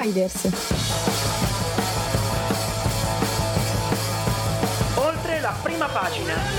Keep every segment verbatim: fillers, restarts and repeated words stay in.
Insiders. Oltre la prima pagina.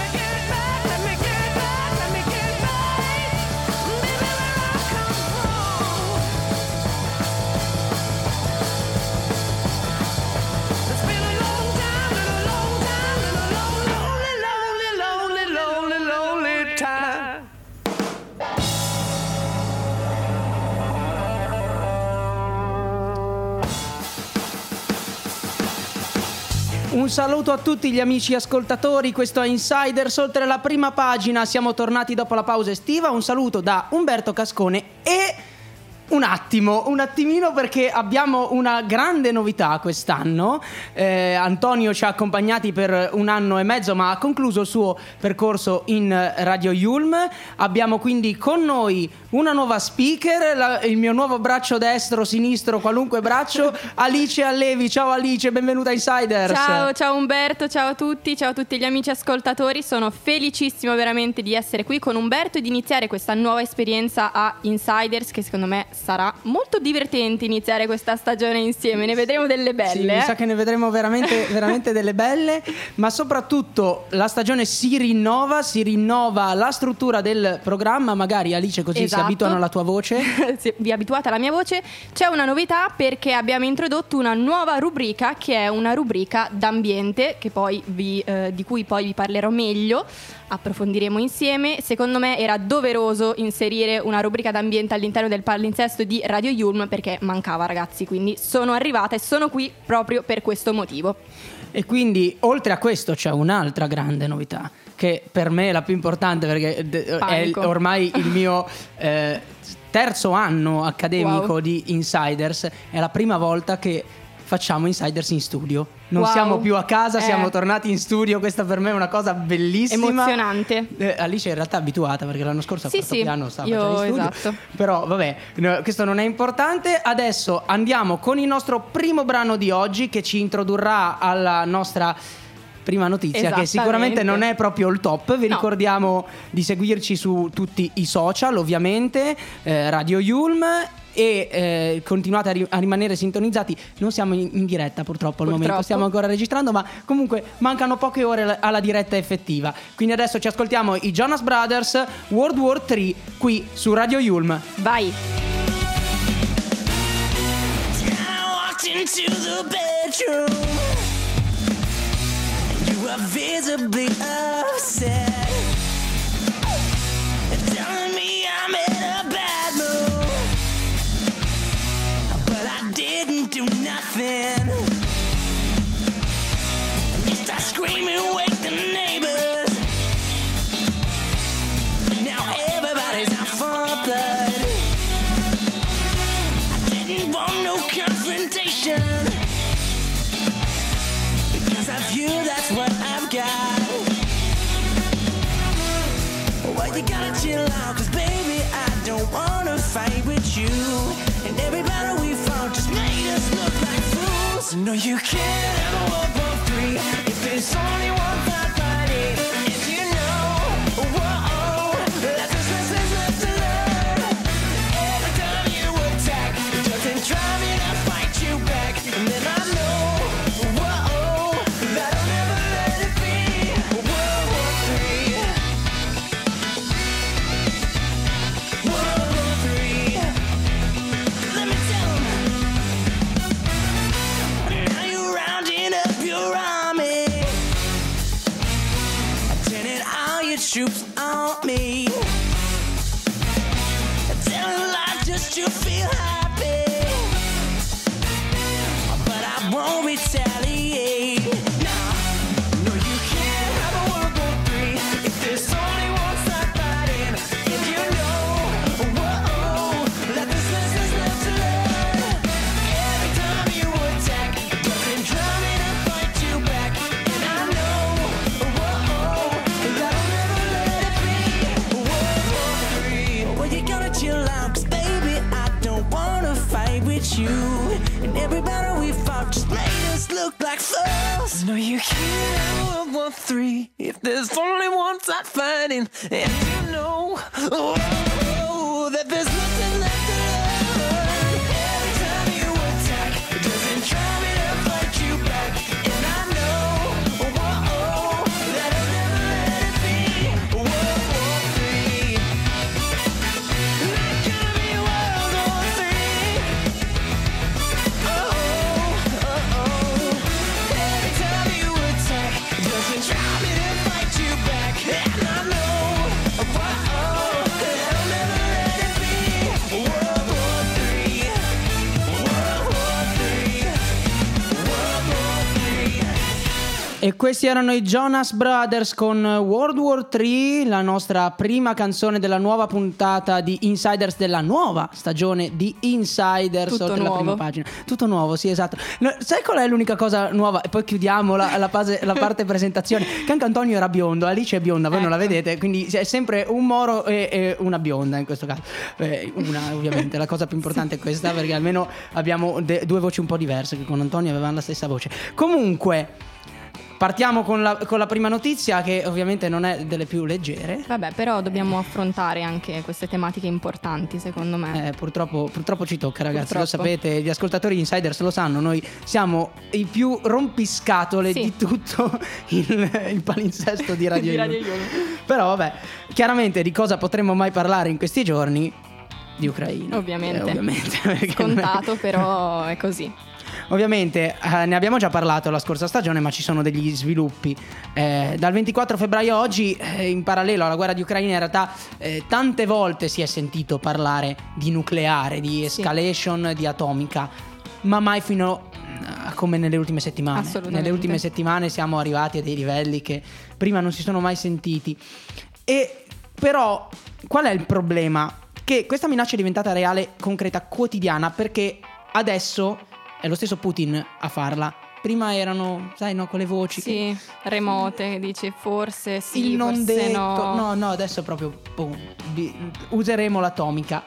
Un saluto a tutti gli amici ascoltatori, questo è Insiders, oltre la prima pagina, siamo tornati dopo la pausa estiva. Un saluto da Umberto Cascone e un attimo, un attimino perché abbiamo una grande novità quest'anno. eh, Antonio ci ha accompagnati per un anno e mezzo ma ha concluso il suo percorso in Radio Yulm. Abbiamo quindi con noi una nuova speaker, la, il mio nuovo braccio destro, sinistro, qualunque braccio, Alice Allevi. Ciao Alice, benvenuta a Insiders. Ciao, ciao Umberto, ciao a tutti, ciao a tutti gli amici ascoltatori. Sono felicissima veramente di essere qui con Umberto e di iniziare questa nuova esperienza a Insiders, che secondo me sarà molto divertente iniziare questa stagione insieme. Ne vedremo delle belle. Sì, mi sa che ne vedremo veramente, veramente delle belle. Ma soprattutto la stagione si rinnova, si rinnova la struttura del programma. Magari Alice così Esatto. si abituano alla tua voce. Sì, vi abituate alla mia voce. C'è una novità perché abbiamo introdotto una nuova rubrica, che è una rubrica d'ambiente, che poi vi, eh, di cui poi vi parlerò meglio, approfondiremo insieme. Secondo me era doveroso inserire una rubrica d'ambiente all'interno del palinsesto di Radio Yulm, perché mancava, ragazzi, quindi sono arrivata e sono qui proprio per questo motivo. E quindi oltre a questo c'è un'altra grande novità, che per me è la più importante, perché è Panico. ormai il mio eh, terzo anno accademico Wow. di Insiders. È la prima volta che facciamo Insiders in studio. Non Wow. siamo più a casa, Eh. siamo tornati in studio. Questa per me è una cosa bellissima. Emozionante. Eh, Alice in realtà è abituata, perché l'anno scorso a Sì, quarto sì, piano stava io già in studio. esatto. Però vabbè, no, questo non è importante. Adesso andiamo con il nostro primo brano di oggi, che ci introdurrà alla nostra prima notizia, che Esattamente. sicuramente non è proprio il top. Vi No. ricordiamo di seguirci su tutti i social, ovviamente, eh, Radio Yulm, e eh, continuate a, ri- a rimanere sintonizzati. Non siamo in, in diretta purtroppo al Purtroppo. momento, stiamo ancora registrando, ma comunque mancano poche ore alla- alla diretta effettiva. Quindi adesso ci ascoltiamo i Jonas Brothers, World War tre, qui su Radio Yulm. Vai. I walked into the bedroom. You were visibly upset, telling me I'm in a bad mood, but I didn't do nothing. You start screaming, wake the neighbors. Now everybody's out for blood. I didn't want no confrontation, because of you, that's what I've got. Well, you gotta chill out, cause baby, I don't wanna fight with you. And every battle we fought just made us look like fools. No, you can't have a World War Three if there's only one fight fighting. If you know, whoa, that's just lessons left to learn. Every time you attack, it doesn't drive me to fight you back. And then I know, whoa, that I'll never let it be. World War Three. World War Three. Let me tell 'em. Now you're rounding up your army, turning all your troops on me, telling lies just to feel happy, but I won't retaliate. Nah, no, you can't have a World War Three if there's only one side fighting. If you know, whoa, that there's lessons left to learn. Every time you attack, it doesn't drive me to fight you back. And I know, whoa, that I'll never let it be. World War Three. Well, you gotta chill out, cause baby, I don't wanna fight with you. And every battle we fought just made us look like fools. No, you can't have World War Three if there's only one side fighting. And you know, oh, that there's nothing left to learn. Every time you attack, E questi erano i Jonas Brothers con World War tre, la nostra prima canzone della nuova puntata di Insiders, della nuova stagione di Insiders. Tutto oltre la nuovo. prima pagina. Tutto nuovo, sì, esatto. No, sai qual è l'unica cosa nuova? E poi chiudiamo la, la, fase- la parte presentazione. Che anche Antonio era biondo, Alice è bionda, voi non la Ecco. vedete, quindi è sempre un moro e, e una bionda in questo caso. Eh, una, ovviamente, la cosa più importante è questa, perché almeno abbiamo de- due voci un po' diverse, che con Antonio avevano la stessa voce. Comunque, partiamo con la, con la prima notizia, che ovviamente non è delle più leggere. Vabbè, però dobbiamo affrontare anche queste tematiche importanti, secondo me. Eh, purtroppo, purtroppo ci tocca, ragazzi. Purtroppo. Lo sapete, gli ascoltatori Insiders lo sanno. Noi siamo i più rompiscatole Sì. di tutto il, il palinsesto di Radio, Di Radio Yulm. Yulm. Però vabbè, chiaramente di cosa potremmo mai parlare in questi giorni? Di Ucraina. Ovviamente. Eh, ovviamente perché non è- Scontato, però è così. Ovviamente eh, ne abbiamo già parlato la scorsa stagione, ma ci sono degli sviluppi. Eh, dal ventiquattro febbraio a oggi, eh, in parallelo alla guerra di Ucraina, in realtà eh, tante volte si è sentito parlare di nucleare, di Sì. escalation, di atomica, ma mai fino a come nelle ultime settimane. Assolutamente. Nelle ultime settimane siamo arrivati a dei livelli che prima non si sono mai sentiti. E però qual è il problema? Che questa minaccia è diventata reale, concreta, quotidiana, perché adesso è lo stesso Putin a farla. Prima erano, sai, no, con le voci. che- Sì, remote, dici forse sì, il non forse detto. no. No, no, adesso è proprio boom, bi- useremo l'atomica.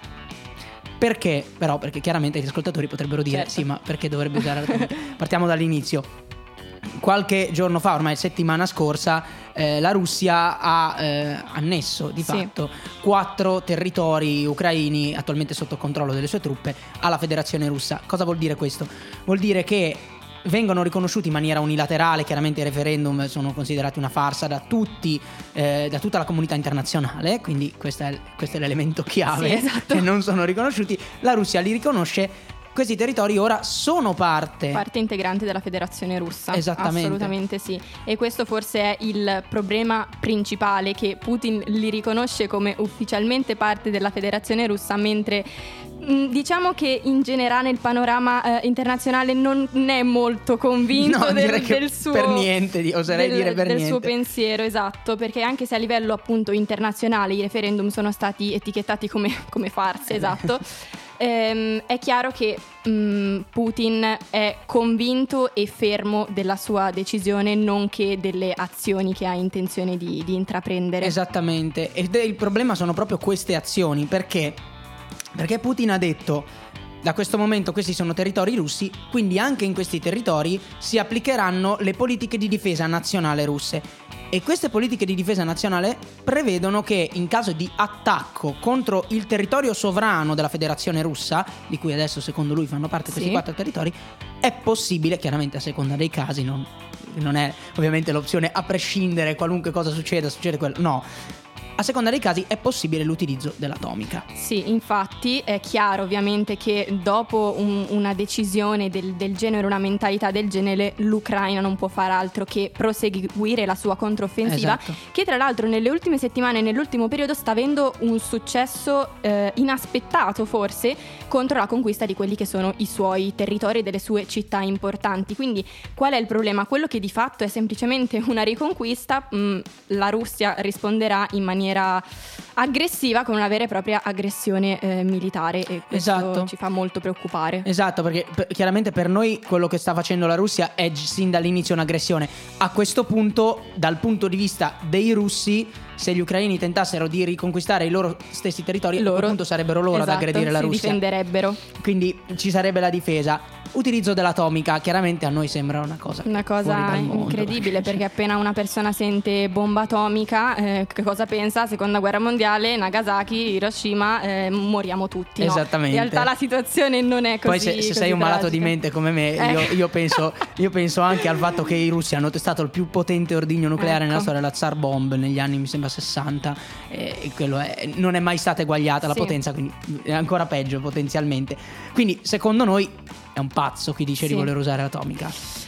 Perché? Però, perché chiaramente gli ascoltatori potrebbero dire: Certo. sì, ma perché dovrebbe usare l'atomica? Partiamo dall'inizio. Qualche giorno fa, ormai settimana scorsa, eh, la Russia ha eh, annesso di Sì. fatto quattro territori ucraini attualmente sotto controllo delle sue truppe alla Federazione Russa. Cosa vuol dire questo? Vuol dire che vengono riconosciuti in maniera unilaterale, chiaramente i referendum sono considerati una farsa da tutti, eh, da tutta la comunità internazionale, quindi questo è, questo è l'elemento chiave, Sì, esatto. che non sono riconosciuti. La Russia li riconosce. Questi territori ora sono parte. Parte integrante della Federazione Russa. Esattamente. Assolutamente sì. E questo forse è il problema principale, che Putin li riconosce come ufficialmente parte della Federazione Russa, mentre mh, diciamo che in generale il panorama eh, internazionale non è molto convinto No, del, direi che del suo per niente, di- oserei del- dire per del niente. suo pensiero, esatto, perché anche se a livello appunto internazionale i referendum sono stati etichettati come, come farse, esatto. Ehm, è chiaro che mh, Putin è convinto e fermo della sua decisione, nonché delle azioni che ha intenzione di, di intraprendere. Esattamente. Ed il problema sono proprio queste azioni. Perché? Perché Putin ha detto: da questo momento questi sono territori russi, quindi anche in questi territori si applicheranno le politiche di difesa nazionale russe. E queste politiche di difesa nazionale prevedono che in caso di attacco contro il territorio sovrano della Federazione Russa, di cui adesso secondo lui fanno parte questi Sì. quattro territori, è possibile, chiaramente a seconda dei casi, non, non è ovviamente l'opzione a prescindere, qualunque cosa succeda, succede quello, no. A seconda dei casi è possibile l'utilizzo dell'atomica. Sì, infatti è chiaro ovviamente che dopo un- una decisione del, del genere, una mentalità del genere, l'Ucraina non può fare altro che proseguire la sua controffensiva, Esatto. che tra l'altro nelle ultime settimane e nell'ultimo periodo sta avendo un successo eh, inaspettato forse contro la conquista di quelli che sono i suoi territori e delle sue città importanti. Quindi qual è il problema? Quello che di fatto è semplicemente una riconquista, mh, la Russia risponderà in maniera aggressiva con una vera e propria aggressione eh, militare, e questo Esatto. ci fa molto preoccupare. Esatto, perché per- chiaramente per noi quello che sta facendo la Russia è gi- sin dall'inizio un'aggressione. A questo punto, dal punto di vista dei russi, se gli ucraini tentassero di riconquistare i loro stessi territori, a quel punto sarebbero loro esatto, ad aggredire la si Russia. difenderebbero. Quindi ci sarebbe la difesa. Utilizzo dell'atomica, chiaramente a noi sembra una cosa Una fuori cosa dal mondo. incredibile, perché appena una persona sente bomba atomica, eh, che cosa pensa? Seconda guerra mondiale, Nagasaki, Hiroshima, eh, moriamo tutti. no? Esattamente. In realtà la situazione non è così. Poi se, se così sei un malato tragica. di mente come me, Ecco. io, io penso, io penso anche al fatto che i russi hanno testato il più potente ordigno nucleare Ecco. nella storia, la Tsar Bomb, negli anni mi sembra sessanta, e, e quello è- non è mai stata eguagliata la Sì. potenza, quindi è ancora peggio potenzialmente. Quindi secondo noi è un pazzo chi dice Sì. di voler usare l'atomica.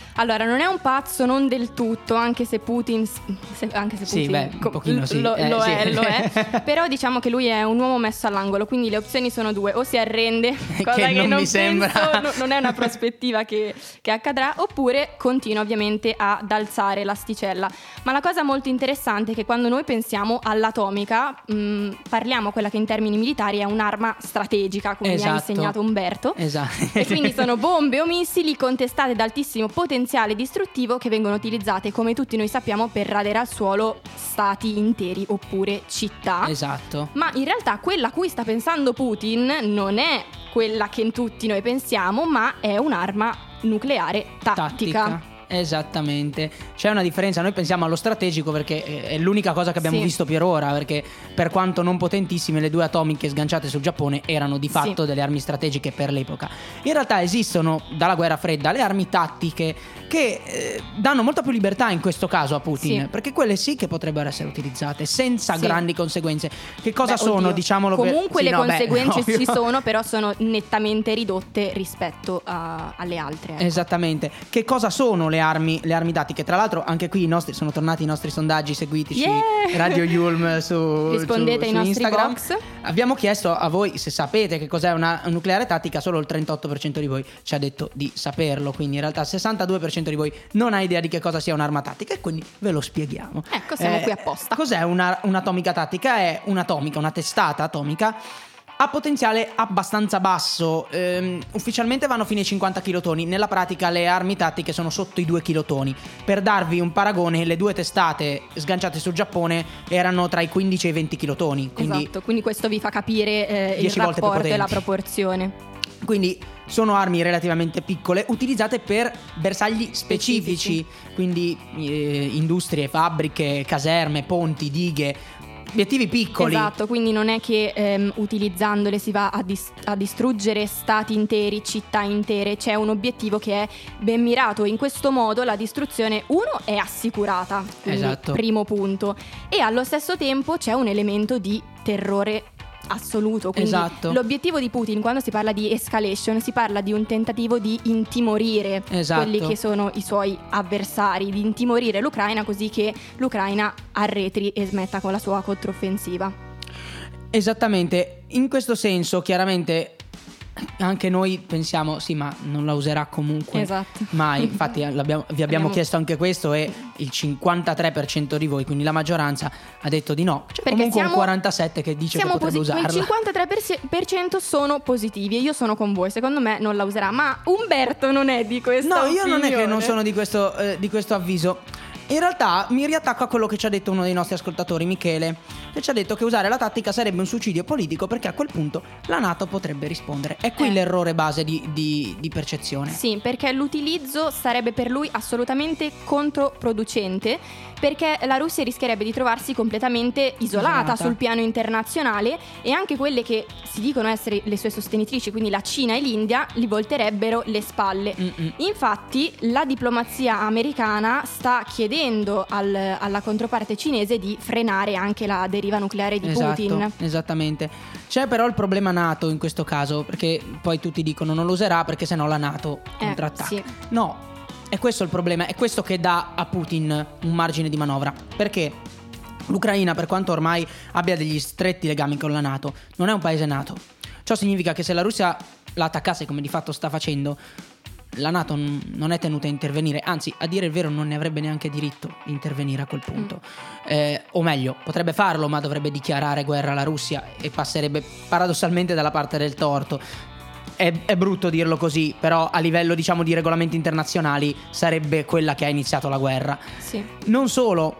Allora, non è un pazzo, non del tutto, anche se Putin, se, anche se Sì, Putin beh, un co- pochino sì. lo, Eh, lo sì. è, lo è. Però diciamo che lui è un uomo messo all'angolo, quindi le opzioni sono due: o si arrende, cosa Che che, non non, mi penso, sembra. no- non è una prospettiva che, che accadrà, oppure continua ovviamente ad alzare l'asticella. Ma la cosa molto interessante è che quando noi pensiamo all'atomica, mh, parliamo quella che in termini militari è un'arma strategica, come mi Esatto. ha insegnato Umberto. Esatto. E quindi sono bombe o missili contestate ad altissimo potenziale distruttivo che vengono utilizzate, come tutti noi sappiamo, per radere al suolo stati interi oppure città. Esatto. Ma in realtà quella a cui sta pensando Putin non è quella che tutti noi pensiamo, ma è un'arma nucleare tattica. Esattamente, c'è una differenza. Noi pensiamo allo strategico perché è l'unica cosa che abbiamo Sì. visto per ora, perché per quanto non potentissime le due atomiche sganciate sul Giappone erano di fatto Sì. delle armi strategiche per l'epoca. In realtà esistono dalla guerra fredda le armi tattiche che eh, danno molta più libertà in questo caso a Putin, Sì. perché quelle sì che potrebbero essere utilizzate senza Sì. grandi conseguenze. Che cosa Beh, sono, oddio. diciamolo per- Comunque sì, le no, beh, conseguenze ovvio. ci sono, però sono nettamente ridotte rispetto a- alle altre. ecco. Esattamente. Che cosa sono le armi, le armi tattiche? Tra l'altro anche qui i nostri, sono tornati i nostri sondaggi, seguitici Yeah! Radio Yulm su, Rispondete su- ai su nostri Instagram. box. Abbiamo chiesto a voi se sapete che cos'è una nucleare tattica. Solo il trentotto per cento di voi ci ha detto di saperlo, quindi in realtà il sessantadue per cento di voi non ha idea di che cosa sia un'arma tattica, e quindi ve lo spieghiamo. Ecco, siamo qui apposta. Cos'è una, un'atomica tattica? È un'atomica, una testata atomica a potenziale abbastanza basso. Ehm, ufficialmente vanno fino ai cinquanta chilotoni. Nella pratica le armi tattiche sono sotto i due chilotoni. Per darvi un paragone, le due testate sganciate sul Giappone erano tra i quindici e i venti chilotoni. Quindi, Esatto, quindi questo vi fa capire eh, il dieci volte più rapporto e la potenti. proporzione. quindi sono armi relativamente piccole, utilizzate per bersagli specifici. Quindi eh, industrie, fabbriche, caserme, ponti, dighe, obiettivi piccoli. Esatto, quindi non è che ehm, utilizzandole si va a, dis- a distruggere stati interi, città intere. C'è un obiettivo che è ben mirato. In questo modo la distruzione, uno, è assicurata, quindi Esatto. primo punto, e allo stesso tempo c'è un elemento di terrore assoluto. Quindi Esatto. l'obiettivo di Putin, quando si parla di escalation, si parla di un tentativo di intimorire Esatto. quelli che sono i suoi avversari, di intimorire l'Ucraina così che l'Ucraina arretri e smetta con la sua controffensiva. Esattamente, in questo senso chiaramente anche noi pensiamo sì, ma non la userà comunque Esatto. mai. Infatti l'abbiamo- vi abbiamo Abbiamo- chiesto anche questo e il cinquantatré per cento di voi, quindi la maggioranza, ha detto di no. C'è Perché comunque siamo- un quarantasette che dice che Siamo potrebbe posi- usarla. il cinquantatré per cento sono positivi e io sono con voi, secondo me non la userà, ma Umberto non è di questa No, io non è che non opinione. sono di questo, eh, di questo avviso. In realtà mi riattacco a quello che ci ha detto uno dei nostri ascoltatori, Michele, che ci ha detto che usare la tattica sarebbe un suicidio politico perché a quel punto la NATO potrebbe rispondere. È qui Eh. l'errore base di, di- di percezione. Sì, perché l'utilizzo sarebbe per lui assolutamente controproducente, perché la Russia rischierebbe di trovarsi completamente isolata, Isolata. sul piano internazionale, e anche quelle che si dicono essere le sue sostenitrici, quindi la Cina e l'India, gli volterebbero le spalle. Mm-mm. Infatti la diplomazia americana sta chiedendo al- alla controparte cinese di frenare anche la deriva nucleare di Esatto, Putin. esattamente. C'è però il problema NATO in questo caso, perché poi tutti dicono non lo userà perché sennò la NATO Eh, contrattacca. sì. No, è questo il problema, è questo che dà a Putin un margine di manovra, perché l'Ucraina, per quanto ormai abbia degli stretti legami con la NATO, non è un paese NATO. Ciò significa che se la Russia la attaccasse, come di fatto sta facendo, la NATO n- non è tenuta a intervenire, anzi, a dire il vero non ne avrebbe neanche diritto di intervenire a quel punto. Eh, o meglio, potrebbe farlo, ma dovrebbe dichiarare guerra alla Russia e passerebbe paradossalmente dalla parte del torto. È, è brutto dirlo così, però a livello, diciamo, di regolamenti internazionali sarebbe quella che ha iniziato la guerra. Sì. Non solo,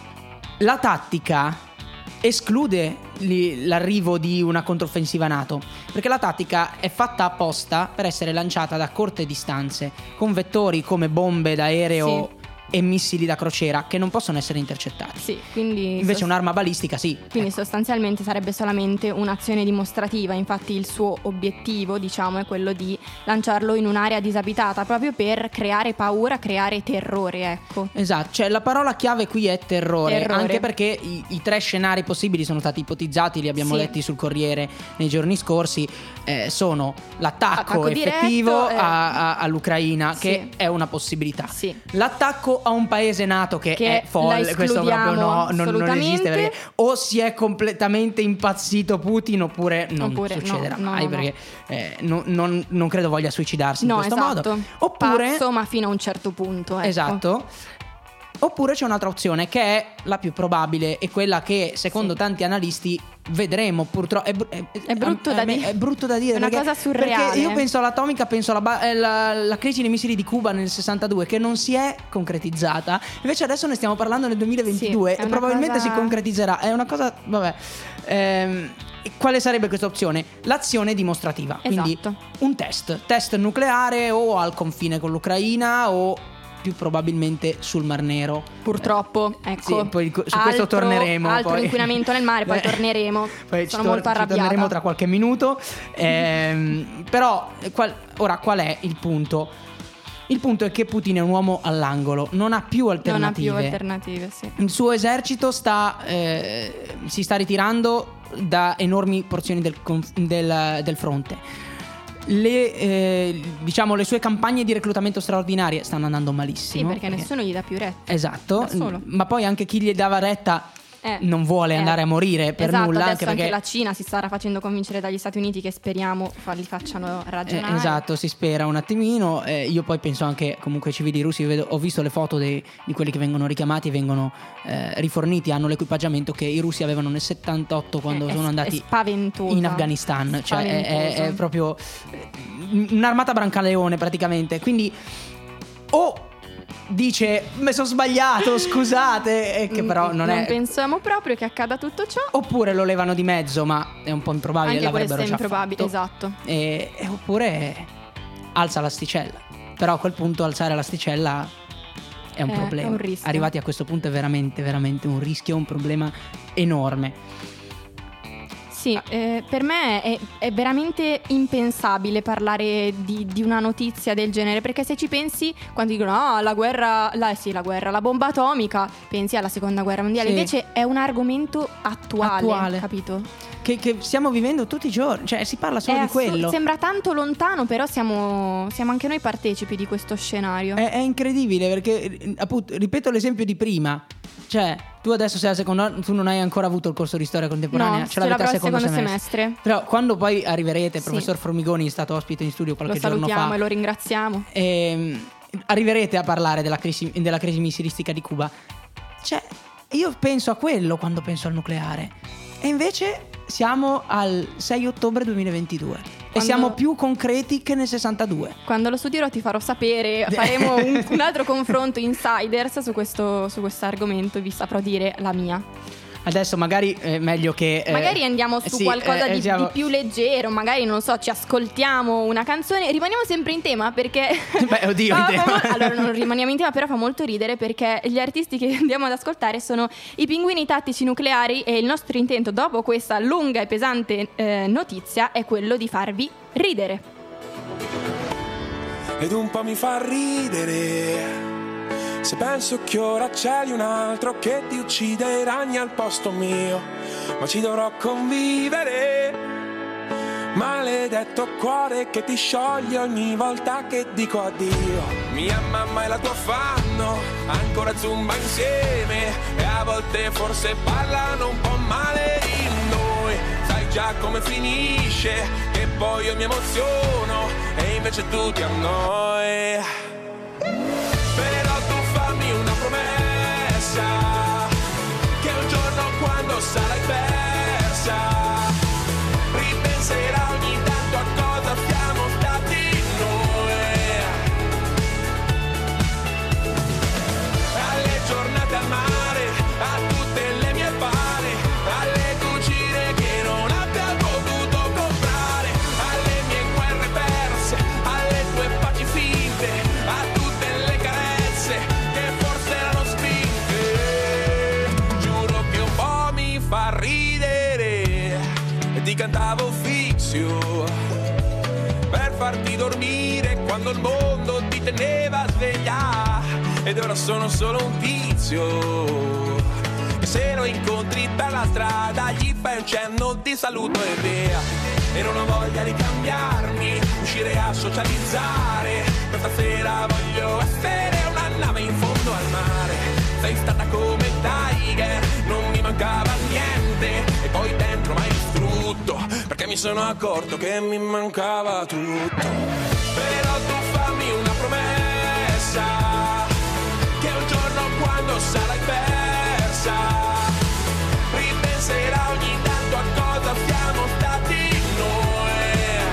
la tattica esclude li- l'arrivo di una controffensiva NATO, perché la tattica è fatta apposta per essere lanciata da corte distanze, con vettori come bombe d'aereo e missili da crociera che non possono essere intercettati. Sì, quindi Invece sost- un'arma balistica sì. Quindi Ecco. sostanzialmente sarebbe solamente un'azione dimostrativa, infatti il suo obiettivo, diciamo, è quello di lanciarlo in un'area disabitata proprio per creare paura, creare terrore, ecco. Esatto, cioè la parola chiave qui è terrore, Terrore. anche perché i, i tre scenari possibili sono stati ipotizzati, li abbiamo Sì. letti sul Corriere nei giorni scorsi, eh, sono l'attacco Attacco effettivo diretto, eh. a- a- all'Ucraina, Sì. che è una possibilità. Sì. L'attacco a un paese nato che, Che è folle, la questo proprio escludiamo no, non, non assolutamente. esiste, perché o si è completamente impazzito Putin oppure non Oppure no, succederà no, mai, no. perché eh, non, non- non credo voglia suicidarsi No, in questo esatto. modo. Oppure Pazzo, ma fino a un certo punto, ecco. Esatto. Oppure c'è un'altra opzione che è la più probabile e quella che secondo Sì. tanti analisti vedremo purtroppo. È, br- è- È brutto a- a da me dire. È brutto da dire. È una perché- cosa surreale. Perché io penso all'atomica, penso alla, ba- eh, la, la crisi dei missili di Cuba nel sessantadue che non si è concretizzata. Invece adesso ne stiamo parlando nel duemilaventidue Sì, è e una probabilmente cosa- si concretizzerà. È una cosa. Vabbè. Ehm, quale sarebbe questa opzione? L'azione dimostrativa. Quindi Esatto. un test. Test nucleare o al confine con l'Ucraina o più probabilmente sul Mar Nero. Purtroppo, ecco. Sì, poi su questo Altro- torneremo. Altro poi. inquinamento nel mare, poi Eh, torneremo. poi ci Sono tor- molto ci arrabbiata. torneremo tra qualche minuto. Ehm, però, qual- ora qual è il punto? Il punto è che Putin è un uomo all'angolo, non ha più Non ha alternative. più alternative, sì. Il suo esercito sta, eh, si sta ritirando da enormi porzioni del, conf- del- del fronte. Le, eh, diciamo, le sue campagne di reclutamento straordinarie stanno andando Sì, malissimo. perché nessuno gli dà più retta. Esatto, Da solo. ma poi anche chi gli dava retta Eh, non vuole eh. andare a morire per Esatto, nulla. adesso Anche anche, perché la Cina si starà facendo convincere dagli Stati Uniti, che speriamo fa- li facciano Eh, ragionare. esatto, si spera un attimino. Eh, io poi penso anche comunque ai civili russi. Vedo, ho visto le foto dei- di quelli che vengono richiamati e vengono eh, riforniti, hanno l'equipaggiamento che i russi avevano nel settantotto quando È- sono è- andati è spaventosa. in Afghanistan. Cioè è, è- è Spaventoso. proprio eh, un'armata brancaleone praticamente. Quindi o dice mi sono sbagliato, scusate, e che però non, non è. pensiamo proprio che accada tutto ciò. Oppure lo levano di mezzo, ma è un po' improbabile. Anche questo l'avrebbero è già improbabile, fatto. esatto. E, e oppure alza l'asticella. Però a quel punto alzare l'asticella è un Eh, problema. è un rischio. Arrivati a questo punto è veramente, veramente un rischio, un problema enorme. Sì, eh, per me è, è veramente impensabile parlare di, di una notizia del genere, perché se ci pensi, quando dicono ah, la guerra, la, sì, la guerra, la bomba atomica, pensi alla seconda guerra mondiale, Sì. invece è un argomento attuale, Attuale. capito? Che, che stiamo vivendo tutti i giorni, cioè si parla solo È di assu- quello. Sembra tanto lontano, però siamo, siamo anche noi partecipi di questo scenario. È, è incredibile perché, appunto, ripeto l'esempio di prima. Cioè, tu adesso sei al secondo, tu non hai ancora avuto il corso di storia contemporanea, no, ce ce l'avete al l'avrò al secondo, secondo semestre. semestre. Però quando poi arriverete, il Sì. professor Formigoni è stato ospite in studio Lo qualche giorno salutiamo fa. e lo ringraziamo. ehm, arriverete a parlare della crisi, della crisi missilistica di Cuba. Cioè, io penso a quello quando penso al nucleare. E invece siamo al sei ottobre duemilaventidue. E Quando- siamo più concreti che nel sessantadue. Quando lo studierò ti farò sapere, faremo un, un altro confronto insiders su questo, su questo argomento, vi saprò dire la mia. Adesso magari è meglio che eh, Magari andiamo su sì, qualcosa eh, di, siamo- di più leggero, magari non lo so, ci ascoltiamo una canzone, rimaniamo sempre in tema perché... Beh, oddio, in Fa- fa tema. mo- allora non rimaniamo in tema, però fa molto ridere perché gli artisti che andiamo ad ascoltare sono i Pinguini Tattici Nucleari e il nostro intento dopo questa lunga e pesante eh, notizia è quello di farvi ridere. Ed un po' mi fa ridere se penso che ora c'è un altro che ti uccide i ragni al posto mio, ma ci dovrò convivere. Maledetto cuore che ti scioglie ogni volta che dico addio. Mia mamma e la tua fanno ancora zumba insieme e a volte forse parlano un po' male di noi. Sai già come finisce, che poi io mi emoziono e invece tu ti annoi. Però tu fammi una promessa, che un giorno quando sarai persa ripenserai ogni tanto a cosa siamo stati noi, alle giornate al mare, a tutte le mie pare, alle cucine che non abbia potuto comprare, alle mie guerre perse, alle tue paci finte, a tutte le carezze che forse cercavo ufficio per farti dormire quando il mondo ti teneva sveglia, ed ora sono solo un tizio che se lo incontri per la strada gli fai un cenno di saluto e via. E non ho voglia di cambiarmi, uscire a socializzare, questa sera voglio essere una nave in fondo al mare. Sei stata come Tiger, non mi mancava niente, e poi dentro m'hai distrutto, perché mi sono accorto che mi mancava tutto. Però tu fammi una promessa, che un giorno quando sarai persa ripenserai ogni tanto a cosa siamo stati noi,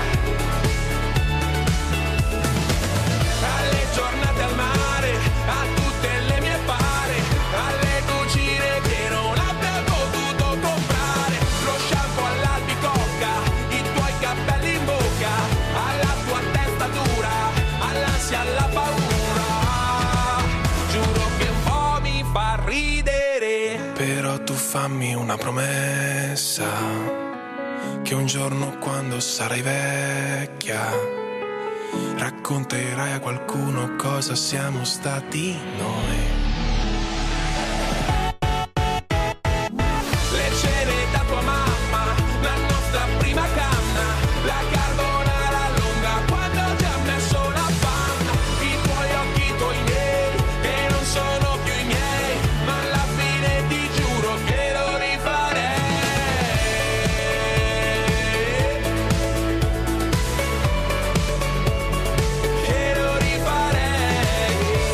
alle giornate al mare, a tutte le mie pare, alle cucine che non abbia potuto comprare, lo shampoo all'albicocca, i tuoi capelli in bocca, alla tua testa dura, all'ansia, alla paura. Giuro che un po' mi fa ridere, però tu fammi una promessa, che un giorno quando sarai vecchia racconterai a qualcuno cosa siamo stati noi. Le cene da tua mamma, la nostra prima canna, la carbonara lunga quando ti ha messo la panna, i tuoi occhi, i tuoi miei, che non sono più i miei, ma alla fine ti giuro che lo rifarei. Che lo rifarei.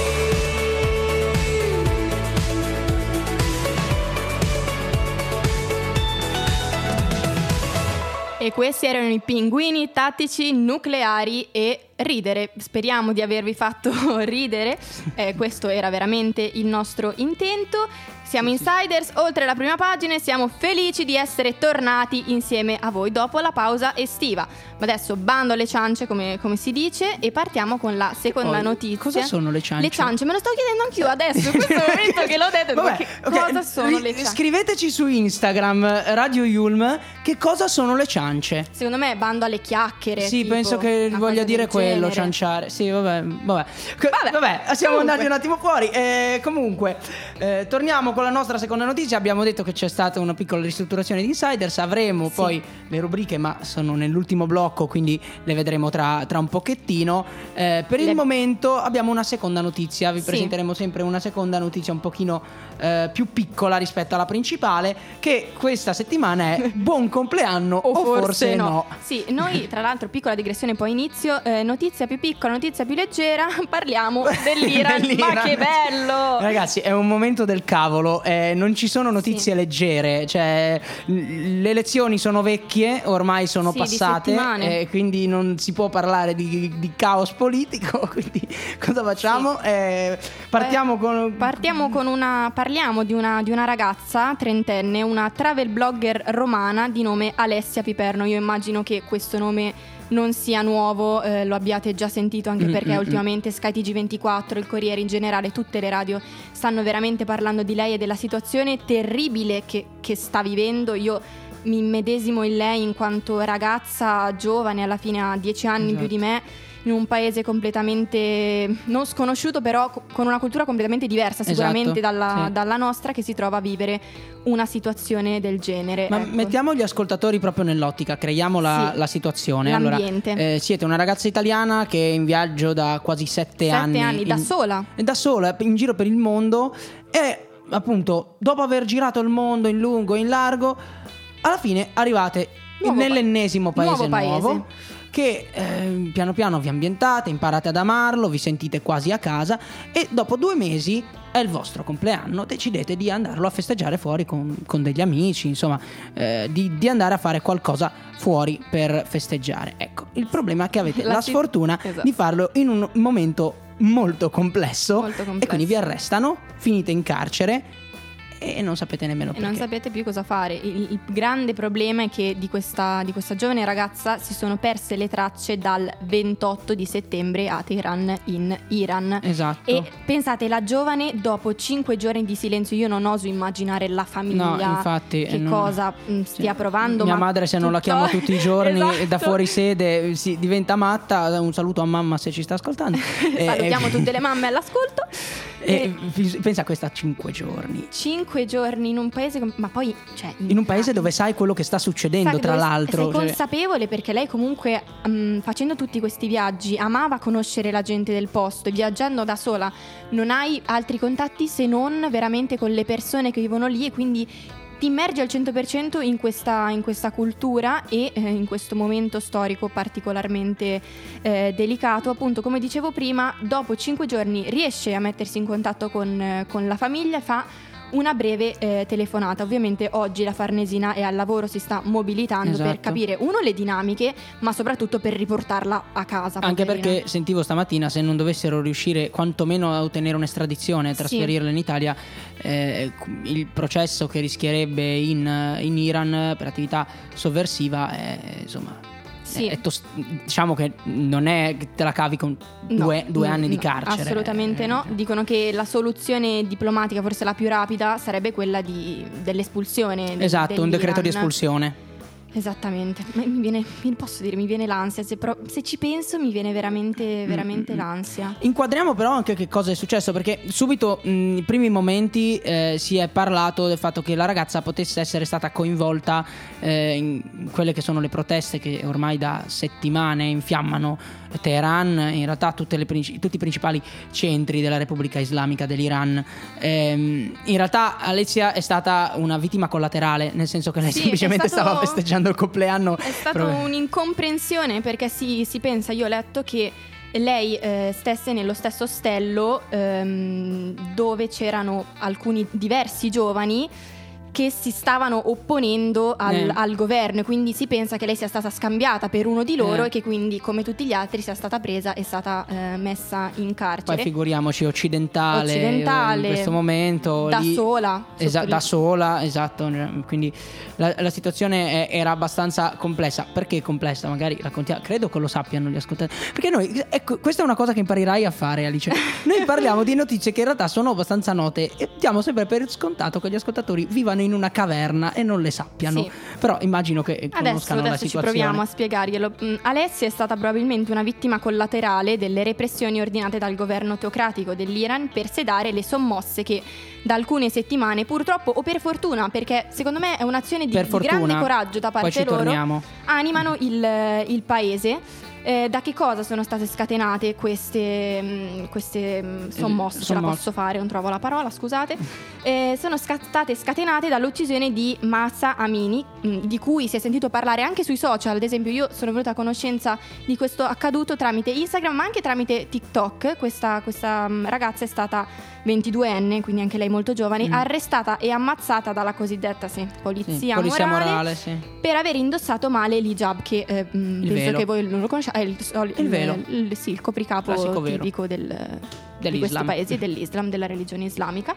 E questi erano i Pinguini Tattici Nucleari e ridere. Speriamo di avervi fatto ridere. Eh, questo era veramente il nostro intento. Siamo Insiders, oltre la prima pagina, e siamo felici di essere tornati insieme a voi dopo la pausa estiva. Ma adesso bando alle ciance, come, come si dice, e partiamo con la seconda Poi, notizia. cosa sono le ciance? Le ciance, me lo sto chiedendo anch'io adesso. Questo è il momento che l'ho detto. Vabbè, che ok, cosa sono le ciance? Scriveteci su Instagram Radio Yulm che cosa sono le ciance. Secondo me bando alle chiacchiere. Sì, tipo, penso che una voglia cosa dire del quello, genere. cianciare. Sì, vabbè, vabbè. Co- Vabbè, vabbè, siamo comunque. andati un attimo fuori. Eh, comunque, eh, torniamo con la nostra seconda notizia. Abbiamo detto che c'è stata una piccola ristrutturazione di Insiders. Avremo Sì. poi le rubriche, ma sono nell'ultimo blocco, quindi le vedremo tra, tra un pochettino. Eh, per il Le- momento abbiamo una seconda notizia. Vi Sì. presenteremo sempre una seconda notizia un pochino eh, più piccola rispetto alla principale, che questa settimana è buon compleanno o, forse, no. Sì, noi tra l'altro, piccola digressione poi inizio, eh, notizia più piccola, notizia più leggera, parliamo dell'Iran. Dell'Iran. Ma che bello! Ragazzi, è un momento del cavolo, eh, non ci sono notizie Sì. leggere, cioè l- le elezioni sono vecchie, ormai sono Sì, di passate, settimane. eh, quindi non si può parlare di, di caos politico, quindi cosa facciamo? Eh, partiamo Eh, con... Partiamo con una. Parliamo di una, di una ragazza trentenne, una travel blogger romana di nome Alessia Piperno. Io immagino che questo nome non sia nuovo, eh, lo abbiate già sentito, anche Mm, perché mm, ultimamente Sky T G ventiquattro, il Corriere in generale, tutte le radio stanno veramente parlando di lei e della situazione terribile che, che sta vivendo. Io mi immedesimo in lei in quanto ragazza giovane, alla fine ha dieci anni Esatto. più di me, in un paese completamente non sconosciuto, però co- con una cultura completamente diversa sicuramente Esatto, dalla, sì. dalla nostra, che si trova a vivere una situazione del genere. Ma ecco. mettiamo gli ascoltatori proprio nell'ottica, creiamo la, Sì. la situazione. L'ambiente. Allora, eh, siete una ragazza italiana che è in viaggio da quasi sette, Sette anni. anni, da in- sola. Da sola, in giro per il mondo, e appunto, dopo aver girato il mondo in lungo e in largo, alla fine arrivate Nuovo pa- nell'ennesimo paese nuovo paese. nuovo, che eh, piano piano vi ambientate, imparate ad amarlo, vi sentite quasi a casa, e dopo due mesi è il vostro compleanno, decidete di andarlo a festeggiare fuori con, con degli amici, insomma, eh, di, di andare a fare qualcosa fuori per festeggiare. Ecco, il problema è che avete la, La si- sfortuna esatto. di farlo in un momento molto complesso, Molto complesso. e quindi vi arrestano, finite in carcere e non sapete nemmeno E perché. non sapete più cosa fare. Il, il grande problema è che di questa, di questa giovane ragazza si sono perse le tracce dal ventotto di settembre a Teheran in Iran. Esatto. E pensate, la giovane dopo cinque giorni di silenzio, io non oso immaginare la famiglia, No, infatti, che eh, non- cosa mh, stia provando. Mia ma madre, se non la tutto- chiamo tutti i giorni Esatto. da fuori sede, si diventa matta. Un saluto a mamma se ci sta ascoltando. E- Salutiamo e- tutte le mamme all'ascolto. E pensa a questa cinque giorni. Cinque giorni in un paese, com- ma poi cioè, In un paese dove sai quello che sta succedendo, Sa che tra dove- l'altro. sei cioè- consapevole perché lei comunque mm, facendo tutti questi viaggi amava conoscere la gente del posto e viaggiando da sola non hai altri contatti se non veramente con le persone che vivono lì, e quindi ti immergi al cento per cento in questa, in questa cultura e eh, in questo momento storico particolarmente eh, delicato. Appunto, come dicevo prima, dopo cinque giorni riesce a mettersi in contatto con, eh, con la famiglia e fa una breve eh, telefonata. Ovviamente oggi la Farnesina è al lavoro, si sta mobilitando Esatto. per capire, uno, le dinamiche, ma soprattutto per riportarla a casa. Anche poverina. perché sentivo stamattina, se non dovessero riuscire quantomeno a ottenere un'estradizione e Sì. trasferirla in Italia, eh, il processo che rischierebbe in, in Iran per attività sovversiva è, insomma, Sì. è tos- diciamo che non è che te la cavi con No, due, due no, anni di no, carcere. assolutamente no. Dicono che la soluzione diplomatica, forse la più rapida, sarebbe quella di, dell'espulsione del- Esatto, un decreto di dell'Iran. espulsione. Esattamente. Ma mi viene, mi posso dire, mi viene l'ansia. Se, pro- se ci penso mi viene veramente, veramente Mm, mm, mm. l'ansia. Inquadriamo però anche che cosa è successo, perché subito mh, nei primi momenti eh, si è parlato del fatto che la ragazza potesse essere stata coinvolta eh, in quelle che sono le proteste che ormai da settimane infiammano Teheran, in realtà tutte le princi- tutti i principali centri della Repubblica Islamica dell'Iran. Ehm, in realtà Alessia è stata una vittima collaterale, nel senso che lei Sì, semplicemente è stato- stava festeggiando il compleanno. È stata Proprio- un'incomprensione perché si, si pensa, io ho letto che lei eh, stesse nello stesso ostello ehm, dove c'erano alcuni diversi giovani che si stavano opponendo al, Eh. al governo, e quindi si pensa che lei sia stata scambiata per uno di loro Eh. e che quindi, come tutti gli altri, sia stata presa e stata eh, messa in Poi carcere. figuriamoci, occidentale, Occidentale, in questo momento da lì- sola, Esa- sotto da il- sola, esatto. Quindi la, la situazione è- era abbastanza complessa. Perché complessa? Magari raccontiamo, credo che lo sappiano gli ascoltatori. Perché noi, ecco, questa è una cosa che imparerai a fare, Alice. Noi parliamo di notizie che in realtà sono abbastanza note e diamo sempre per scontato che gli ascoltatori vivano in una caverna e non le sappiano. Sì. Però immagino che Adesso, conoscano la adesso ci situazione. proviamo a spiegarglielo. Mm, Alessia è stata probabilmente una vittima collaterale delle repressioni ordinate dal governo teocratico dell'Iran per sedare le sommosse che da alcune settimane, purtroppo o per fortuna, perché secondo me è un'azione di, Per di fortuna. grande coraggio da Poi parte ci loro, torniamo. animano il, il paese. Eh, da che cosa sono state scatenate queste, mh, queste mh, sommosse? Ce la sommosse. posso fare, non trovo la parola, scusate. Eh, sono sca- state scatenate dall'uccisione di Mahsa Amini, mh, di cui si è sentito parlare anche sui social. Ad esempio, io sono venuta a conoscenza di questo accaduto tramite Instagram, ma anche tramite TikTok. Questa, questa mh, ragazza è stata ventiduenne, quindi anche lei molto giovane, Mm. arrestata e ammazzata dalla cosiddetta sì, Sì, polizia, polizia morale, morale, sì. per aver indossato male l'hijab, che eh, mh, Il penso velo. che voi non lo conosciate. È il, il, Il velo. il- sì, il copricapo Classico velo. tipico del, di Dell'Islam. questi paesi, dell'Islam, della religione islamica.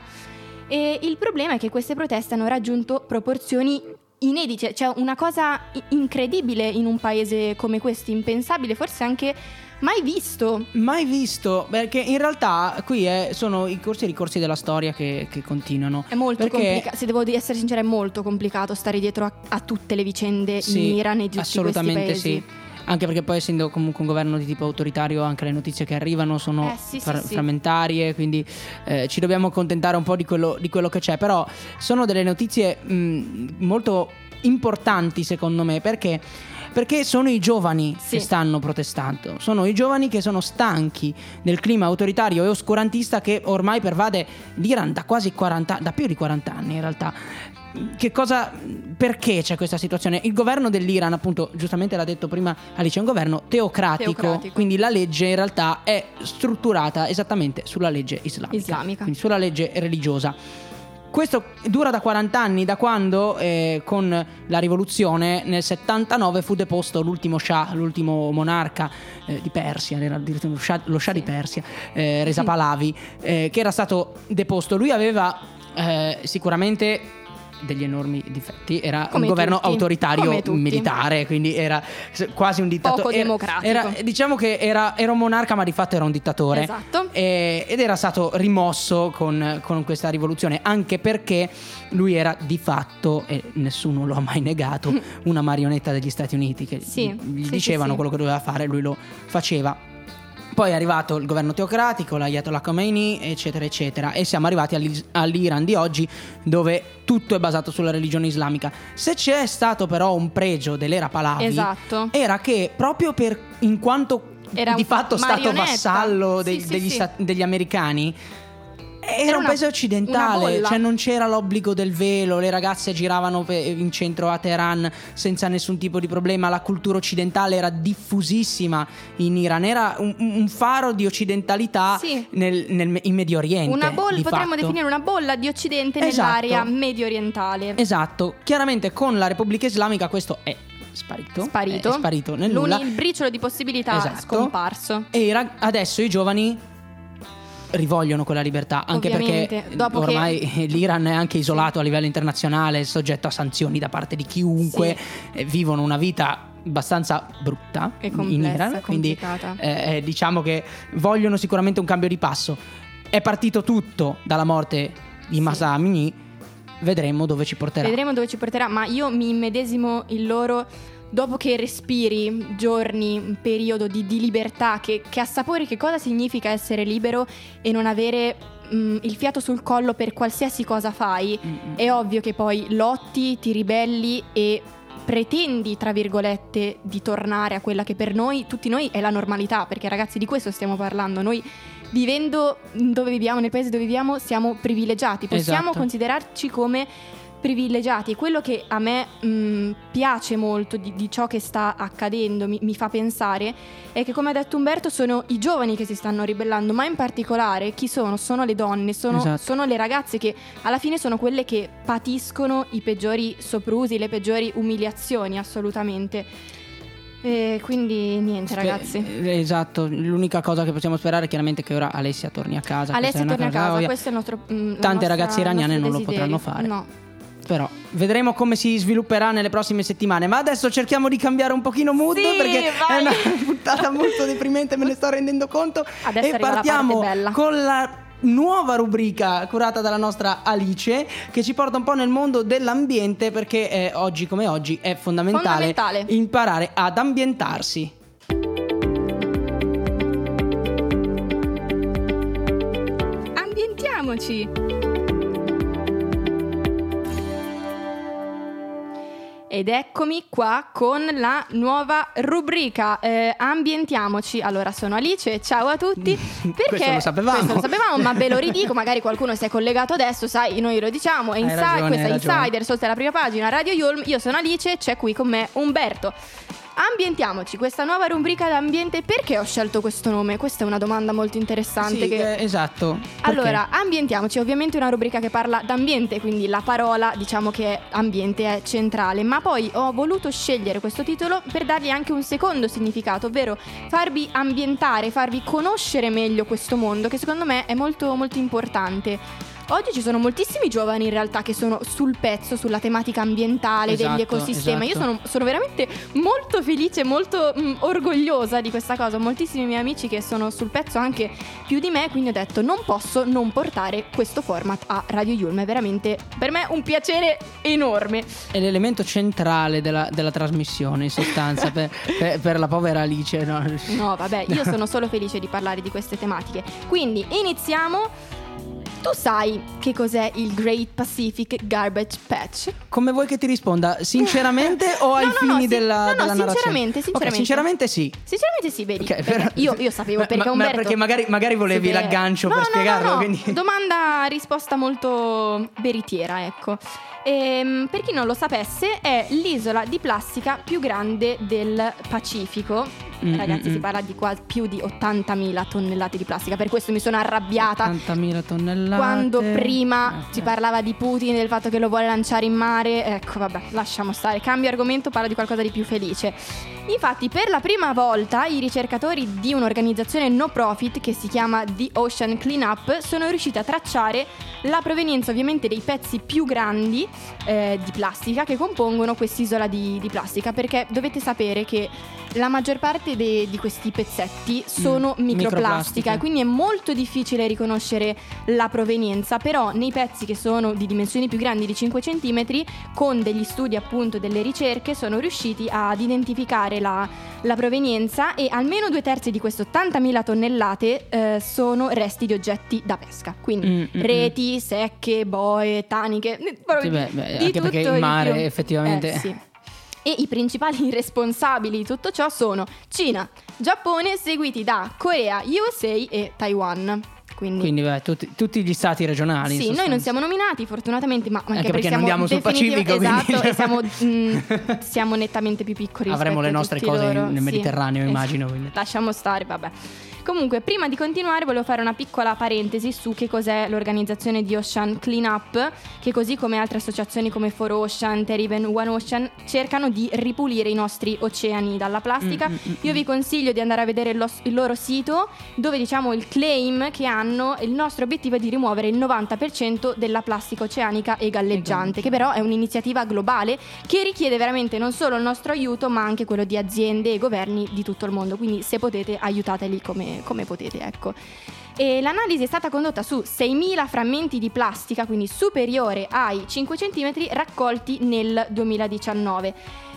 E il problema è che queste proteste hanno raggiunto proporzioni inedite, cioè una cosa i- incredibile in un paese come questo, impensabile, forse anche mai visto. Mai visto, perché in realtà qui è- sono i corsi e i ricorsi della storia che, che continuano. È molto Perché- complicato, se devo di- essere sincera, è molto complicato stare dietro a, a tutte le vicende Sì, in Iran e di tutti assolutamente questi paesi. sì. Anche perché poi, essendo comunque un governo di tipo autoritario, anche le notizie che arrivano sono Eh, sì, sì, fra- sì. frammentarie, quindi eh, ci dobbiamo accontentare un po' di quello, di quello che c'è. Però sono delle notizie mh, molto importanti, secondo me, perché perché sono i giovani Sì. che stanno protestando, sono i giovani che sono stanchi del clima autoritario e oscurantista che ormai pervade l'Iran da quasi quaranta, da più di quaranta anni in realtà. Che cosa, perché c'è questa situazione? Il governo dell'Iran, appunto, giustamente l'ha detto prima Alice, è un governo teocratico, Teocratico. quindi la legge in realtà è strutturata esattamente sulla legge islamica, Islamica. quindi sulla legge religiosa. Questo dura da quaranta anni, da quando eh, con la rivoluzione nel settantanove fu deposto l'ultimo Shah, l'ultimo monarca eh, di Persia, era addirittura lo Shah, lo Shah di Persia, eh, Reza Pahlavi, eh, che era stato deposto. Lui aveva eh, sicuramente degli enormi difetti. Era Come un governo tutti, autoritario come tutti. militare, quindi era s- quasi un dittatore. Poco Era- democratico. era- diciamo che era, era un monarca, ma di fatto era un dittatore. Esatto. E- ed era stato rimosso con, con questa rivoluzione, anche perché lui era di fatto, e nessuno lo ha mai negato, una marionetta degli Stati Uniti, che Sì, gli, gli sì, dicevano sì, sì. quello che doveva fare, lui lo faceva. Poi è arrivato il governo teocratico, l'Ayatollah Khomeini, eccetera, eccetera. E siamo arrivati all'Is- all'Iran di oggi, dove tutto è basato sulla religione islamica. Se c'è stato però un pregio dell'era Pahlavi, Esatto. era che proprio per in quanto Era di un fatto stato marionetta. vassallo Sì, dei- sì, degli, sì. sta- degli americani, era, Era un una- paese una occidentale, bolla. cioè non c'era l'obbligo del velo, le ragazze giravano pe- in centro a Teheran senza nessun tipo di problema, la cultura occidentale era diffusissima in Iran, era un, un faro di occidentalità Sì. nel, nel- in Medio Oriente. Una bolla, di potremmo fatto. definire una bolla di occidente Esatto. nell'area medio orientale. Esatto, chiaramente con la Repubblica Islamica questo è sparito, Sparito. è sparito nel L'uni- nulla. Il briciolo di possibilità Esatto. è scomparso. E i rag- adesso i giovani rivogliono quella libertà, anche Ovviamente, perché dopo che- ormai l'Iran è anche isolato a livello internazionale, è soggetto a sanzioni da parte di chiunque, Sì. eh, vivono una vita abbastanza brutta E in complessa, Iran, quindi complicata. eh, eh, diciamo che vogliono sicuramente un cambio di passo. È partito tutto dalla morte di Sì. Mahsa Amini, vedremo dove ci porterà. Vedremo dove ci porterà, ma io mi immedesimo in loro. Dopo che respiri giorni, un periodo di, di libertà, che, che assapori che cosa significa essere libero e non avere mm, il fiato sul collo per qualsiasi cosa fai, Mm-mm. è ovvio che poi lotti, ti ribelli e pretendi, tra virgolette, di tornare a quella che per noi, tutti noi, è la normalità, perché ragazzi di questo stiamo parlando. Noi vivendo dove viviamo, nel paese dove viviamo, siamo privilegiati, possiamo Esatto. considerarci come privilegiati. E quello che a me mh, piace molto di, di ciò che sta accadendo, mi, mi fa pensare, è che, come ha detto Umberto, sono i giovani che si stanno ribellando, ma in particolare chi sono? Sono le donne, sono, Esatto. sono le ragazze, che alla fine sono quelle che patiscono i peggiori soprusi, le peggiori umiliazioni, assolutamente. E quindi niente, Spe- ragazzi. eh, Esatto, l'unica cosa che possiamo sperare è chiaramente che ora Alessia torni a casa. questa Alessia è una torna a cosa casa, ovvia. questo è il nostro mh, la Tante nostra- ragazze il iraniane nostro non lo desiderio. potranno fare. No. Però vedremo come si svilupperà nelle prossime settimane. Ma adesso cerchiamo di cambiare un pochino mood, Sì, perché vai. è una puntata molto deprimente, me ne sto rendendo conto. Adesso e arriva la partiamo parte bella. con la nuova rubrica curata dalla nostra Alice, che ci porta un po' nel mondo dell'ambiente, perché eh, oggi come oggi è fondamentale, Fondamentale. imparare ad ambientarsi. Ambientiamoci. Ed eccomi qua con la nuova rubrica eh, Ambientiamoci. Allora, sono Alice, ciao a tutti. Perché Questo lo sapevamo. questo lo sapevamo, ma ve lo ridico, magari qualcuno si è collegato adesso, sai, noi lo diciamo, è Hai Inside, ragione, questa hai è ragione. Insider, sotto la prima pagina, Radio Yulm, io sono Alice, c'è qui con me Umberto. Ambientiamoci, questa nuova rubrica d'ambiente, perché ho scelto questo nome? Questa è una domanda molto interessante. Sì, che... eh, esatto. Perché? Allora, ambientiamoci, ovviamente è una rubrica che parla d'ambiente, quindi la parola, diciamo che ambiente è centrale, ma poi ho voluto scegliere questo titolo per dargli anche un secondo significato, ovvero farvi ambientare, farvi conoscere meglio questo mondo, che secondo me è molto molto importante. Oggi ci sono moltissimi giovani in realtà che sono sul pezzo, sulla tematica ambientale, Esatto, degli ecosistemi. esatto. Io sono, sono veramente molto felice, molto mh, orgogliosa di questa cosa. Ho moltissimi miei amici che sono sul pezzo anche più di me, quindi ho detto non posso non portare questo format a Radio Yulm. È veramente per me un piacere enorme. È l'elemento centrale della, della trasmissione, in sostanza, per, per- per la povera Alice. No? No, vabbè, io sono solo felice di parlare di queste tematiche. Quindi iniziamo. Tu sai che cos'è il Great Pacific Garbage Patch? Come vuoi che ti risponda? Sinceramente o ai No, no, fini no, sì. della, No, no, della narrazione? sinceramente, Ok, sinceramente. sinceramente sì. Sinceramente sì, vedi. Ok, perché però- io, io sapevo Ma- perché ma- ma Umberto... perché magari, magari volevi Siete- l'aggancio No, per no, spiegarlo. no, no. Quindi... Domanda, risposta molto veritiera, ecco. Ehm, per chi non lo sapesse, è l'isola di plastica più grande del Pacifico. mm, ragazzi mm, si mm. parla di quasi più di ottantamila tonnellate di plastica, per questo mi sono arrabbiata ottantamila tonnellate. quando prima Ok. si parlava di Putin, del fatto che lo vuole lanciare in mare. Ecco, vabbè, lasciamo stare, cambio argomento, parlo di qualcosa di più felice. Infatti, per la prima volta i ricercatori di un'organizzazione no profit che si chiama The Ocean Cleanup sono riusciti a tracciare la provenienza ovviamente dei pezzi più grandi eh, di plastica che compongono quest'isola di, di plastica, perché dovete sapere che la maggior parte de- di questi pezzetti sono Mm, microplastica, microplastica. quindi è molto difficile riconoscere la provenienza, però nei pezzi che sono di dimensioni più grandi di cinque centimetri, con degli studi appunto delle ricerche, sono riusciti ad identificare la, la provenienza, e almeno due terzi di queste ottantamila tonnellate eh, sono resti di oggetti da pesca, quindi Mm, mm, reti, secche, boe, taniche, eh, proprio Sì, beh, beh, di anche perché tutto il e di mare più. effettivamente- Eh, sì. E i principali responsabili di tutto ciò sono Cina, Giappone, seguiti da Corea, U S A e Taiwan. Quindi, Quindi beh, tutti, tutti gli stati regionali. in sì, noi sostanza. non siamo nominati fortunatamente, ma anche, Anche perché siamo non andiamo sul definitiv- Pacifico, quindi- esatto, e siamo, mm, siamo nettamente più piccoli. Avremo le rispetto a nostre tutti cose loro. nel Sì, Mediterraneo, esatto. immagino, quindi. Lasciamo stare, vabbè. Comunque, prima di continuare, volevo fare una piccola parentesi su che cos'è l'organizzazione di Ocean Cleanup, che così come altre associazioni come four Ocean, Terriben, One Ocean, cercano di ripulire i nostri oceani dalla plastica. Mm, mm, mm, Io vi consiglio di andare a vedere il, los- il loro sito, dove diciamo il claim che hanno, il nostro obiettivo è di rimuovere il novanta per cento della plastica oceanica e galleggiante, che però è un'iniziativa globale che richiede veramente non solo il nostro aiuto, ma anche quello di aziende e governi di tutto il mondo. Quindi se potete aiutateli come, come potete, ecco. E l'analisi è stata condotta su seimila frammenti di plastica, quindi superiore ai cinque centimetri, raccolti nel duemiladiciannove.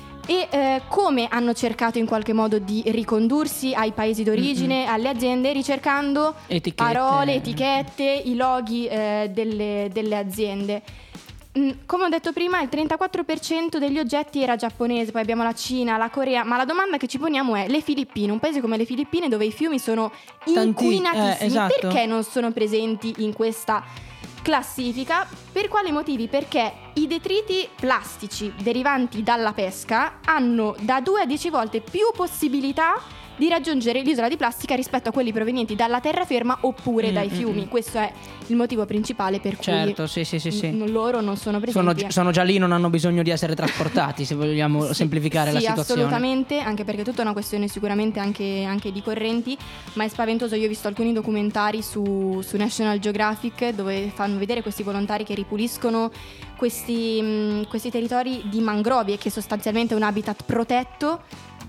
E eh, come hanno cercato in qualche modo di ricondursi ai paesi d'origine, Mm-mm. alle aziende, ricercando Etichette. parole, etichette, i loghi eh, delle, delle aziende. Mm, Come ho detto prima, il trentaquattro per cento degli oggetti era giapponese, poi abbiamo la Cina, la Corea, ma la domanda che ci poniamo è: le Filippine, un paese come le Filippine dove i fiumi sono Tanti- inquinatissimi, eh, esatto. perché non sono presenti in questa classifica? Per quali motivi? Perché i detriti plastici derivanti dalla pesca hanno da due a dieci volte più possibilità di raggiungere l'isola di plastica rispetto a quelli provenienti dalla terraferma oppure Mm, dai mm, fiumi. mm. Questo è il motivo principale per Certo, cui sì, sì, sì, sì. n- loro non sono Sono, presenti. sono già lì, non hanno bisogno di essere trasportati, se vogliamo Sì, semplificare la sì, situazione. assolutamente, anche perché è tutta una questione sicuramente anche, anche di correnti, ma è spaventoso. Io ho visto alcuni documentari su, su National Geographic dove fanno vedere questi volontari che ripuliscono questi, mh, questi territori di mangrovie, che sostanzialmente è un habitat protetto,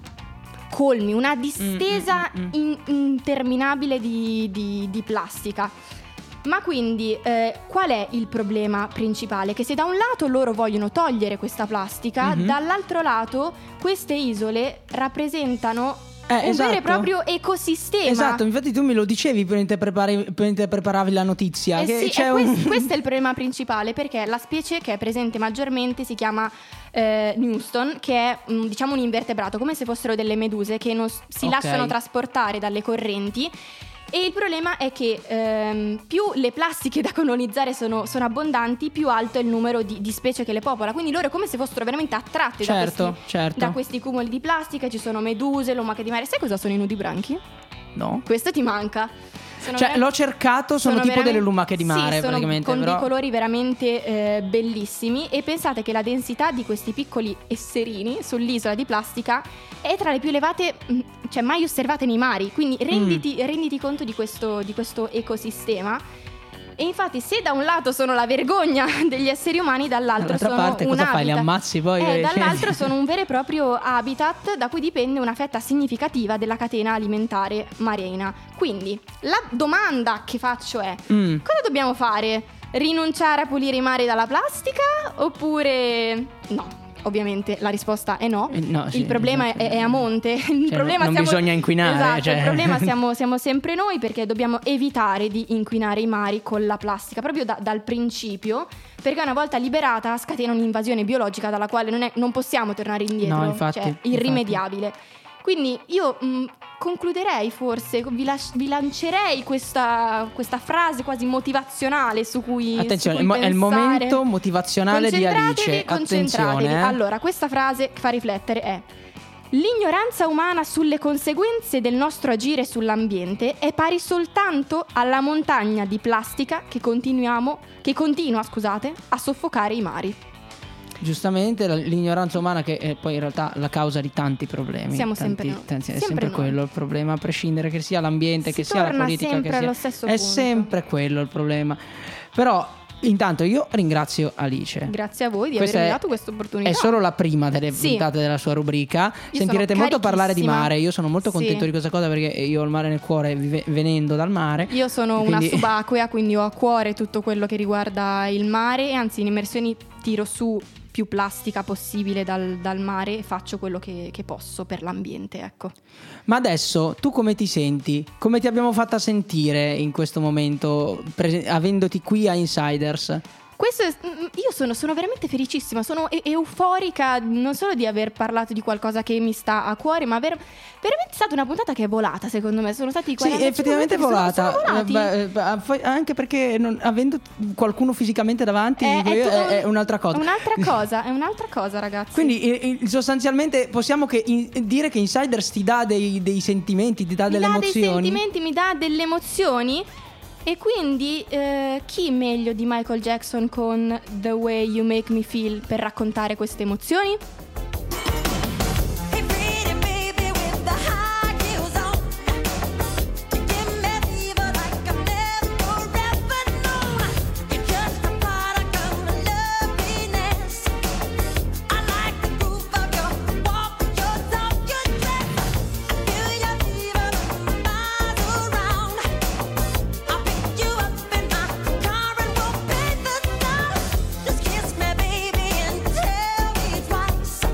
colmi, una distesa Mm, mm, mm, mm. in- interminabile di, di- di plastica. Ma quindi eh, qual è il problema principale? Che se da un lato loro vogliono togliere questa plastica, Mhm. dall'altro lato queste isole rappresentano Eh, un esatto. vero e proprio ecosistema. Esatto, infatti tu me lo dicevi mentre prepari- mentre preparavi la notizia. Eh che sì, c'è e un... questo, questo è il problema principale, perché la specie che è presente maggiormente si chiama eh, Newston, che è mm, diciamo un invertebrato, come se fossero delle meduse che non s- si Ok. lasciano trasportare dalle correnti. E il problema è che ehm, più le plastiche da colonizzare sono, sono abbondanti, più alto è il numero di, di specie che le popola. Quindi loro è come se fossero veramente attratte da, Certo, questi, certo. da questi cumuli di plastica. Ci sono meduse, lumache di mare. Sai cosa sono i nudibranchi? No. Questo ti manca. Sono Cioè, vera- l'ho cercato, sono, tipo veramente- delle lumache di mare, sì, sono praticamente. con però... dei colori veramente eh, bellissimi. E pensate che la densità di questi piccoli esserini sull'isola di plastica è tra le più elevate, mh, cioè mai osservate nei mari. Quindi renditi, Mm. renditi conto di questo, di questo ecosistema. E infatti, se da un lato sono la vergogna degli esseri umani, dall'altro Dall'altra sono parte un cosa fai? Li habitat. ammazzi poi? Eh, Eh, dall'altro sono un vero e proprio habitat da cui dipende una fetta significativa della catena alimentare marina. Quindi la domanda che faccio è: Mm. cosa dobbiamo fare? Rinunciare a pulire i mari dalla plastica oppure no? Ovviamente la risposta è no. Eh, no, sì, il problema esatto. è, è a monte. Il Cioè, problema non siamo... bisogna inquinare, Esatto, cioè. il problema siamo, siamo sempre noi, perché dobbiamo evitare di inquinare i mari con la plastica, proprio da- dal principio, perché una volta liberata scatena un'invasione biologica dalla quale non, è- non possiamo tornare indietro. No, infatti, cioè infatti. irrimediabile. Quindi io mh, concluderei forse, vi, las- vi lancerei questa, questa frase quasi motivazionale su cui Attenzione, su cui è il mo- è il pensare. momento motivazionale di Concentratevi, Alice. concentratevi. Attenzione, eh. Allora, questa frase che fa riflettere è: L'ignoranza umana sulle conseguenze del nostro agire sull'ambiente è pari soltanto alla montagna di plastica che continuiamo, che continua, scusate, a soffocare i mari. Giustamente la- l'ignoranza umana, che è poi in realtà la causa di tanti problemi. Siamo Tanti- sempre noi. tanti- è Sempre sempre noi. quello il problema, a prescindere che sia l'ambiente, Si che sia la torna politica, sempre che sia allo stesso è punto. sempre quello il problema. Però intanto io ringrazio Alice. Grazie a voi di Questa avermi è- dato questa opportunità. È solo la prima delle Sì. puntate della sua rubrica. Io Sentirete sono molto parlare di carichissima. mare. Io sono molto Sì. contento di questa cosa, perché io ho il mare nel cuore, vive- venendo dal mare. Io sono Quindi- una subacquea, quindi ho a cuore tutto quello che riguarda il mare, e anzi in immersioni tiro su più plastica possibile dal, dal mare e faccio quello che, che posso per l'ambiente, ecco. Ma adesso tu come ti senti? Come ti abbiamo fatta sentire in questo momento, prese- avendoti qui a Insiders? Questo è- io sono, sono veramente felicissima, sono e- euforica non solo di aver parlato di qualcosa che mi sta a cuore, ma ver- veramente è stata una puntata che è volata, secondo me. Sono stati Sì, quarantacinque effettivamente è minuti che sono- volata. sono volati. Eh, beh, eh, poi anche perché non- avendo qualcuno fisicamente davanti È- dico io, tu- è, è un'altra cosa. È un'altra cosa, è un'altra cosa, ragazzi. Quindi i- i- sostanzialmente possiamo che in- dire che Insiders ti dà dei, dei sentimenti, ti dà mi delle dà emozioni. dei sentimenti, mi dà delle emozioni. E quindi eh, chi meglio di Michael Jackson con The Way You Make Me Feel per raccontare queste emozioni? Hey pretty baby with the high heels on, you give me fever like I've never ever known. You're just a product of my loveliness. I like the groove of your walk, your talk, your dress. I feel your fever from miles around. I'll pick you up in my car and we'll pay the toll. Just kiss me, baby, and tell me twice.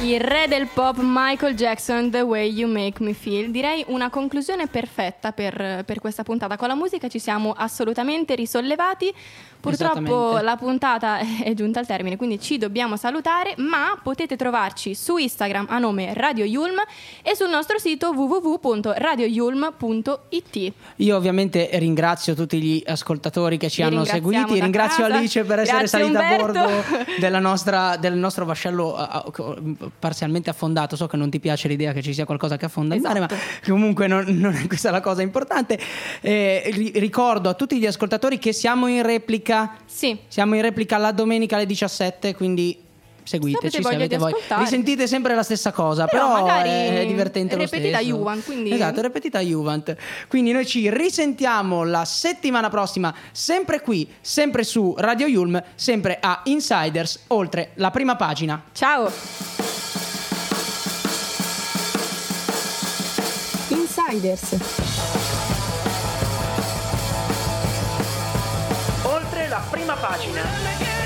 Il re del pop Michael Jackson, The Way You Make Me Feel. Direi una conclusione perfetta per, per questa puntata. Con la musica ci siamo assolutamente risollevati. Purtroppo Esattamente. la puntata è giunta al termine, quindi ci dobbiamo salutare, ma potete trovarci su Instagram a nome Radio Yulm e sul nostro sito w w w punto radio yulm punto i t. Io ovviamente ringrazio tutti gli ascoltatori che ci Vi hanno ringraziamo seguiti, da ringrazio casa. Alice per essere Grazie, salita Umberto. a bordo della nostra, del nostro vascello ah, ah, parzialmente affondato. So che non ti piace l'idea che ci sia qualcosa che affonda in mare, Esatto. ma comunque non, non è questa la cosa importante. Eh, ri- ricordo a tutti gli ascoltatori che siamo in replica. Sì. Siamo in replica la domenica alle diciassette, quindi seguiteci Se avete se voglia avete di voglia. ascoltare. Risentite sempre la stessa cosa, Però però, magari è divertente lo ripetita stesso. Juvent, quindi- Esatto, ripetita Juvent. Quindi noi ci risentiamo la settimana prossima, sempre qui, sempre su Radio Yulm, sempre a Insiders, oltre la prima pagina. Ciao. Insiders. Oltre la prima pagina.